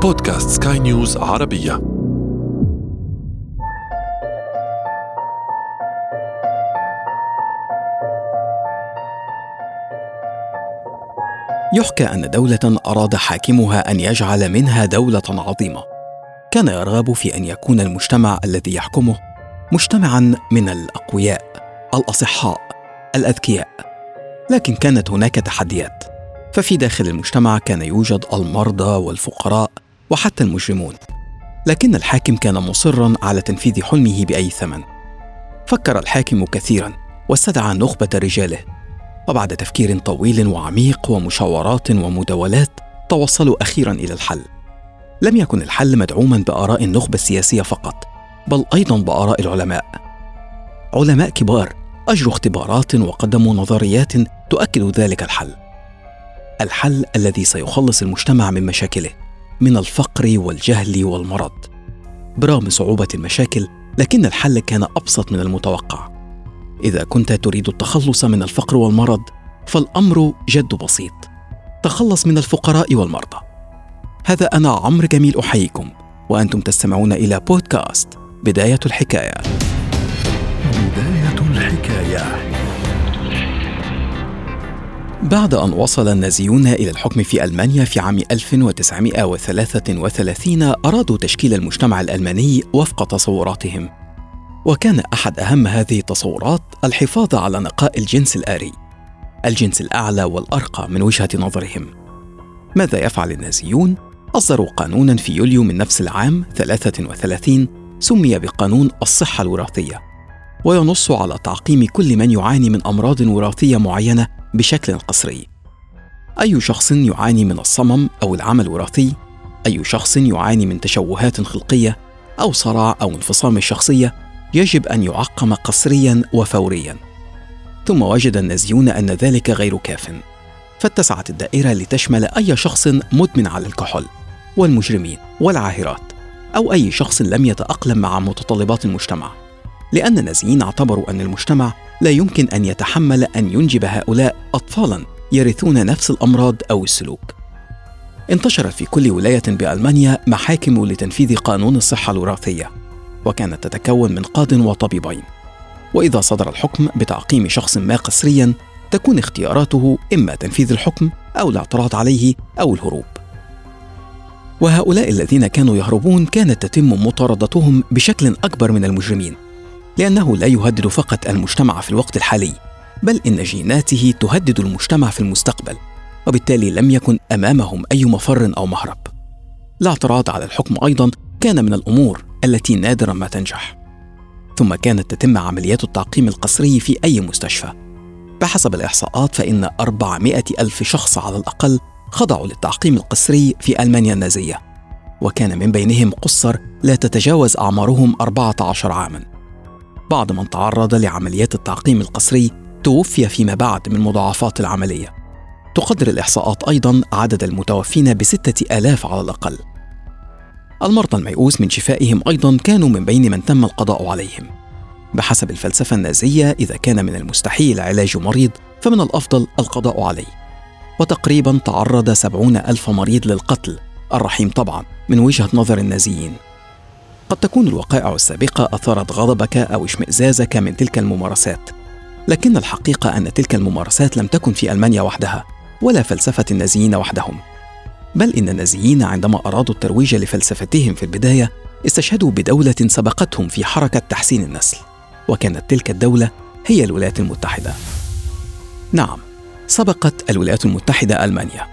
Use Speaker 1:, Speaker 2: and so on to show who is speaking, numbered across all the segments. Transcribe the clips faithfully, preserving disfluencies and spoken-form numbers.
Speaker 1: بودكاست سكاي نيوز عربية.
Speaker 2: يحكى أن دولة أراد حاكمها أن يجعل منها دولة عظيمة، كان يرغب في أن يكون المجتمع الذي يحكمه مجتمعاً من الأقوياء، الأصحاء، الأذكياء. لكن كانت هناك تحديات، ففي داخل المجتمع كان يوجد المرضى والفقراء وحتى المجرمون. لكن الحاكم كان مصراً على تنفيذ حلمه بأي ثمن. فكر الحاكم كثيراً واستدعى نخبة رجاله، وبعد تفكير طويل وعميق ومشاورات ومداولات توصلوا أخيراً إلى الحل. لم يكن الحل مدعوماً بآراء النخبة السياسية فقط، بل أيضاً بآراء العلماء. علماء كبار أجروا اختبارات وقدموا نظريات تؤكد ذلك الحل، الحل الذي سيخلص المجتمع من مشاكله، من الفقر والجهل والمرض. برغم صعوبة المشاكل، لكن الحل كان أبسط من المتوقع. إذا كنت تريد التخلص من الفقر والمرض، فالأمر جد بسيط: تخلص من الفقراء والمرضى. هذا أنا عمرو جميل أحييكم، وأنتم تستمعون إلى بودكاست بداية الحكاية.
Speaker 1: بداية الحكاية.
Speaker 2: بعد أن وصل النازيون إلى الحكم في ألمانيا في عام ألف وتسعمائة وثلاثة وثلاثين، أرادوا تشكيل المجتمع الألماني وفق تصوراتهم. وكان أحد أهم هذه التصورات الحفاظ على نقاء الجنس الآري، الجنس الأعلى والأرقى من وجهة نظرهم. ماذا يفعل النازيون؟ أصدروا قانوناً في يوليو من نفس العام ثلاثة وثلاثين سمي بقانون الصحة الوراثية، وينص على تعقيم كل من يعاني من أمراض وراثية معينة بشكل قسري. أي شخص يعاني من الصمم أو العمى الوراثي، أي شخص يعاني من تشوهات خلقية أو صرع أو انفصام الشخصية، يجب أن يعقم قسرياً وفورياً. ثم وجد النازيون أن ذلك غير كاف، فاتسعت الدائرة لتشمل أي شخص مدمن على الكحول والمجرمين والعاهرات، أو أي شخص لم يتأقلم مع متطلبات المجتمع، لأن النازيين اعتبروا أن المجتمع لا يمكن أن يتحمل أن ينجب هؤلاء أطفالاً يرثون نفس الأمراض أو السلوك. انتشرت في كل ولاية بألمانيا محاكم لتنفيذ قانون الصحة الوراثية، وكانت تتكون من قاض وطبيبين. وإذا صدر الحكم بتعقيم شخص ما قسرياً، تكون اختياراته إما تنفيذ الحكم أو الاعتراض عليه أو الهروب. وهؤلاء الذين كانوا يهربون كانت تتم مطاردتهم بشكل أكبر من المجرمين، لأنه لا يهدد فقط المجتمع في الوقت الحالي، بل إن جيناته تهدد المجتمع في المستقبل، وبالتالي لم يكن أمامهم أي مفر أو مهرب. الاعتراض على الحكم أيضاً كان من الأمور التي نادراً ما تنجح. ثم كانت تتم عمليات التعقيم القسري في أي مستشفى. بحسب الإحصاءات فإن أربعمائة ألف شخص على الأقل خضعوا للتعقيم القسري في ألمانيا النازية، وكان من بينهم قُصّر لا تتجاوز أعمارهم أربعة عشر عاماً. بعض من تعرض لعمليات التعقيم القسري توفي فيما بعد من مضاعفات العملية. تقدر الإحصاءات أيضاً عدد المتوفين بستة آلاف على الأقل. المرضى الميؤوس من شفائهم أيضاً كانوا من بين من تم القضاء عليهم. بحسب الفلسفة النازية، إذا كان من المستحيل علاج مريض فمن الأفضل القضاء عليه. وتقريباً تعرض سبعون ألف مريض للقتل الرحيم طبعاً من وجهة نظر النازيين. قد تكون الوقائع السابقة أثارت غضبك أو اشمئزازك من تلك الممارسات، لكن الحقيقة أن تلك الممارسات لم تكن في ألمانيا وحدها، ولا فلسفة النازيين وحدهم، بل إن النازيين عندما أرادوا الترويج لفلسفتهم في البداية استشهدوا بدولة سبقتهم في حركة تحسين النسل، وكانت تلك الدولة هي الولايات المتحدة. نعم، سبقت الولايات المتحدة ألمانيا.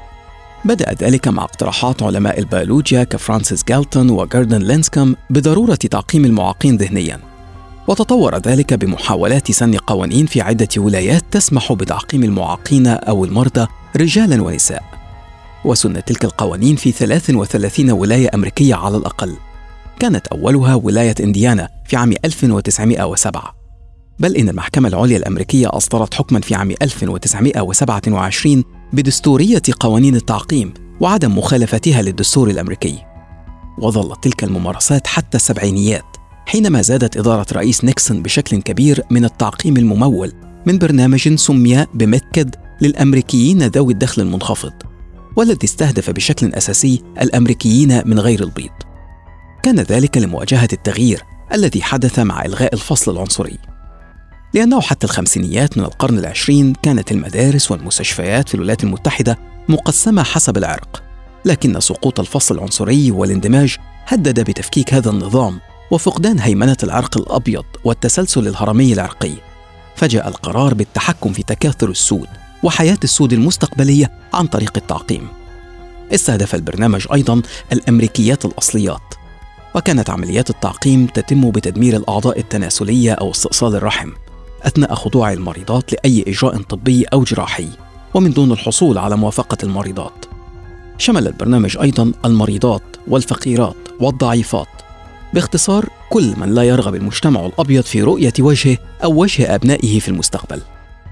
Speaker 2: بدأ ذلك مع اقتراحات علماء البيولوجيا كفرانسيس جالتون وجوردن لينسكوم بضرورة تعقيم المعاقين ذهنياً، وتطور ذلك بمحاولات سن قوانين في عدة ولايات تسمح بتعقيم المعاقين أو المرضى رجالاً ونساء. وسنت تلك القوانين في ثلاث وثلاثين ولاية أمريكية على الأقل. كانت أولها ولاية إنديانا في عام ألف وتسعمائة وسبعة، بل إن المحكمة العليا الأمريكية أصدرت حكماً في عام ألف وتسعمائة وسبعة وعشرين بدستورية قوانين التعقيم وعدم مخالفتها للدستور الأمريكي. وظلت تلك الممارسات حتى السبعينيات، حينما زادت إدارة رئيس نيكسون بشكل كبير من التعقيم الممول من برنامج سمي بميدكيد للأمريكيين ذوي الدخل المنخفض. والذي استهدف بشكل أساسي الأمريكيين من غير البيض. كان ذلك لمواجهة التغيير الذي حدث مع إلغاء الفصل العنصري، لأنه حتى الخمسينيات من القرن العشرين كانت المدارس والمستشفيات في الولايات المتحدة مقسمة حسب العرق، لكن سقوط الفصل العنصري والاندماج هدد بتفكيك هذا النظام وفقدان هيمنة العرق الأبيض والتسلسل الهرمي العرقي. فجاء القرار بالتحكم في تكاثر السود وحياة السود المستقبلية عن طريق التعقيم. استهدف البرنامج أيضاً الأمريكيات الأصليات، وكانت عمليات التعقيم تتم بتدمير الأعضاء التناسلية أو استئصال الرحم أثناء خضوع المريضات لأي إجراء طبي أو جراحي، ومن دون الحصول على موافقة المريضات. شمل البرنامج أيضاً المريضات والفقيرات والضعيفات، باختصار كل من لا يرغب المجتمع الأبيض في رؤية وجهه أو وجه أبنائه في المستقبل.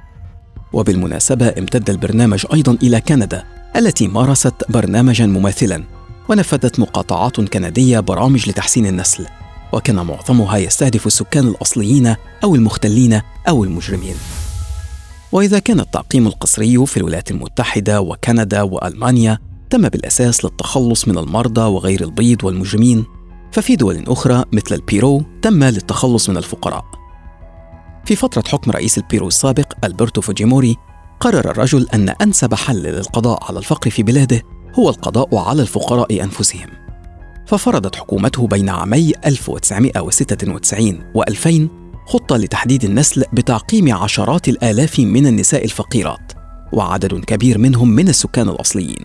Speaker 2: وبالمناسبة امتد البرنامج أيضاً إلى كندا التي مارست برنامجاً مماثلاً، ونفذت مقاطعات كندية برامج لتحسين النسل، وكان معظمها يستهدف السكان الأصليين أو المختلين أو المجرمين. وإذا كان التعقيم القسري في الولايات المتحدة وكندا وألمانيا تم بالأساس للتخلص من المرضى وغير البيض والمجرمين، ففي دول أخرى مثل البيرو تم للتخلص من الفقراء. في فترة حكم رئيس البيرو السابق ألبرتو فوجيموري، قرر الرجل أن أنسب حل للقضاء على الفقر في بلاده هو القضاء على الفقراء أنفسهم، ففرضت حكومته بين عامي ألف وتسعمائة وستة وتسعين وألفين خطة لتحديد النسل بتعقيم عشرات الآلاف من النساء الفقيرات وعدد كبير منهم من السكان الأصليين.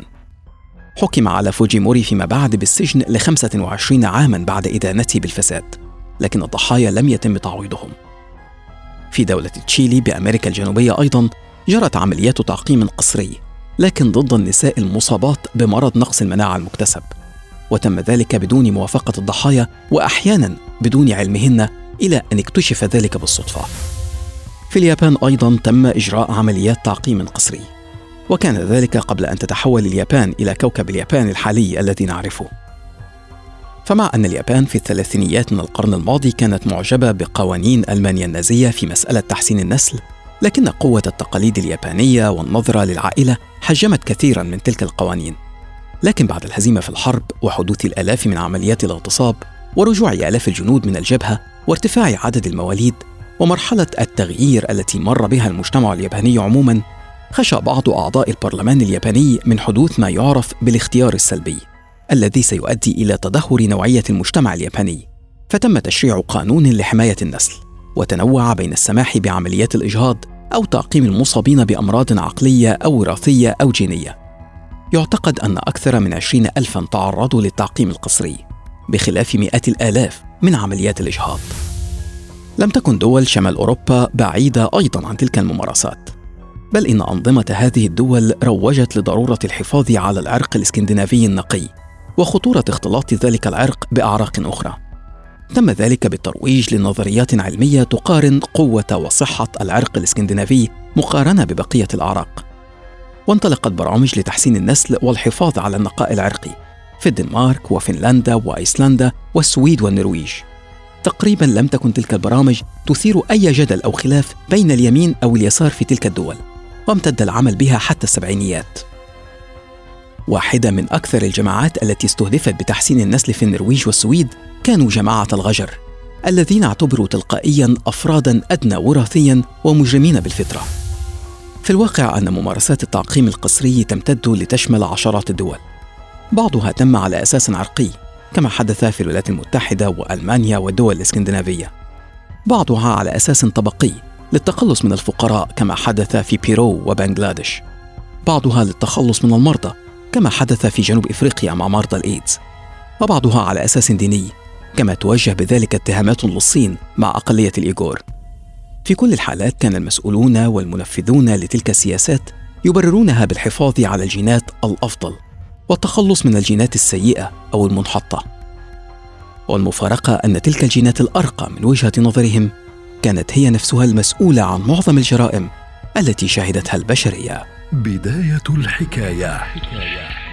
Speaker 2: حكم على فوجيموري فيما بعد بالسجن لخمسة وعشرين عاماً بعد إدانته بالفساد، لكن الضحايا لم يتم تعويضهم. في دولة تشيلي بأمريكا الجنوبية أيضاً جرت عمليات تعقيم قسري، لكن ضد النساء المصابات بمرض نقص المناعة المكتسب، وتم ذلك بدون موافقة الضحايا وأحياناً بدون علمهن، إلى أن اكتشف ذلك بالصدفة. في اليابان أيضاً تم إجراء عمليات تعقيم قسري، وكان ذلك قبل أن تتحول اليابان إلى كوكب اليابان الحالي الذي نعرفه. فمع أن اليابان في الثلاثينيات من القرن الماضي كانت معجبة بقوانين ألمانيا النازية في مسألة تحسين النسل، لكن قوة التقاليد اليابانية والنظرة للعائلة حجمت كثيراً من تلك القوانين. لكن بعد الهزيمة في الحرب وحدوث الآلاف من عمليات الاغتصاب ورجوع آلاف الجنود من الجبهة وارتفاع عدد المواليد ومرحلة التغيير التي مر بها المجتمع الياباني عموماً، خشى بعض أعضاء البرلمان الياباني من حدوث ما يعرف بالاختيار السلبي الذي سيؤدي إلى تدهور نوعية المجتمع الياباني، فتم تشريع قانون لحماية النسل، وتنوع بين السماح بعمليات الإجهاض أو تعقيم المصابين بأمراض عقلية أو وراثية أو جينية. يعتقد أن أكثر من عشرين ألفاً تعرضوا للتعقيم القسري، بخلاف مئات الآلاف من عمليات الإجهاض. لم تكن دول شمال أوروبا بعيدة أيضاً عن تلك الممارسات، بل إن أنظمة هذه الدول روجت لضرورة الحفاظ على العرق الإسكندنافي النقي وخطورة اختلاط ذلك العرق بأعراق أخرى. تم ذلك بالترويج لنظريات علمية تقارن قوة وصحة العرق الإسكندنافي مقارنة ببقية الأعراق، وانطلقت برامج لتحسين النسل والحفاظ على النقاء العرقي في الدنمارك وفنلندا وأيسلندا والسويد والنرويج. تقريبا لم تكن تلك البرامج تثير أي جدل أو خلاف بين اليمين أو اليسار في تلك الدول، وامتد العمل بها حتى السبعينيات. واحدة من أكثر الجماعات التي استهدفت بتحسين النسل في النرويج والسويد كانوا جماعة الغجر، الذين اعتبروا تلقائياً أفراداً أدنى وراثياً ومجرمين بالفطرة. في الواقع أن ممارسات التعقيم القسري تمتد لتشمل عشرات الدول، بعضها تم على أساس عرقي كما حدث في الولايات المتحدة وألمانيا والدول الإسكندنافية، بعضها على أساس طبقي للتخلص من الفقراء كما حدث في بيرو وبنغلاديش، بعضها للتخلص من المرضى كما حدث في جنوب إفريقيا مع مرضى الإيدز، وبعضها على أساس ديني كما توجه بذلك اتهامات للصين مع أقلية الإيغور. في كل الحالات كان المسؤولون والمنفذون لتلك السياسات يبررونها بالحفاظ على الجينات الأفضل والتخلص من الجينات السيئة أو المنحطة، والمفارقة أن تلك الجينات الأرقى من وجهة نظرهم كانت هي نفسها المسؤولة عن معظم الجرائم التي شهدتها البشرية.
Speaker 1: بداية الحكاية.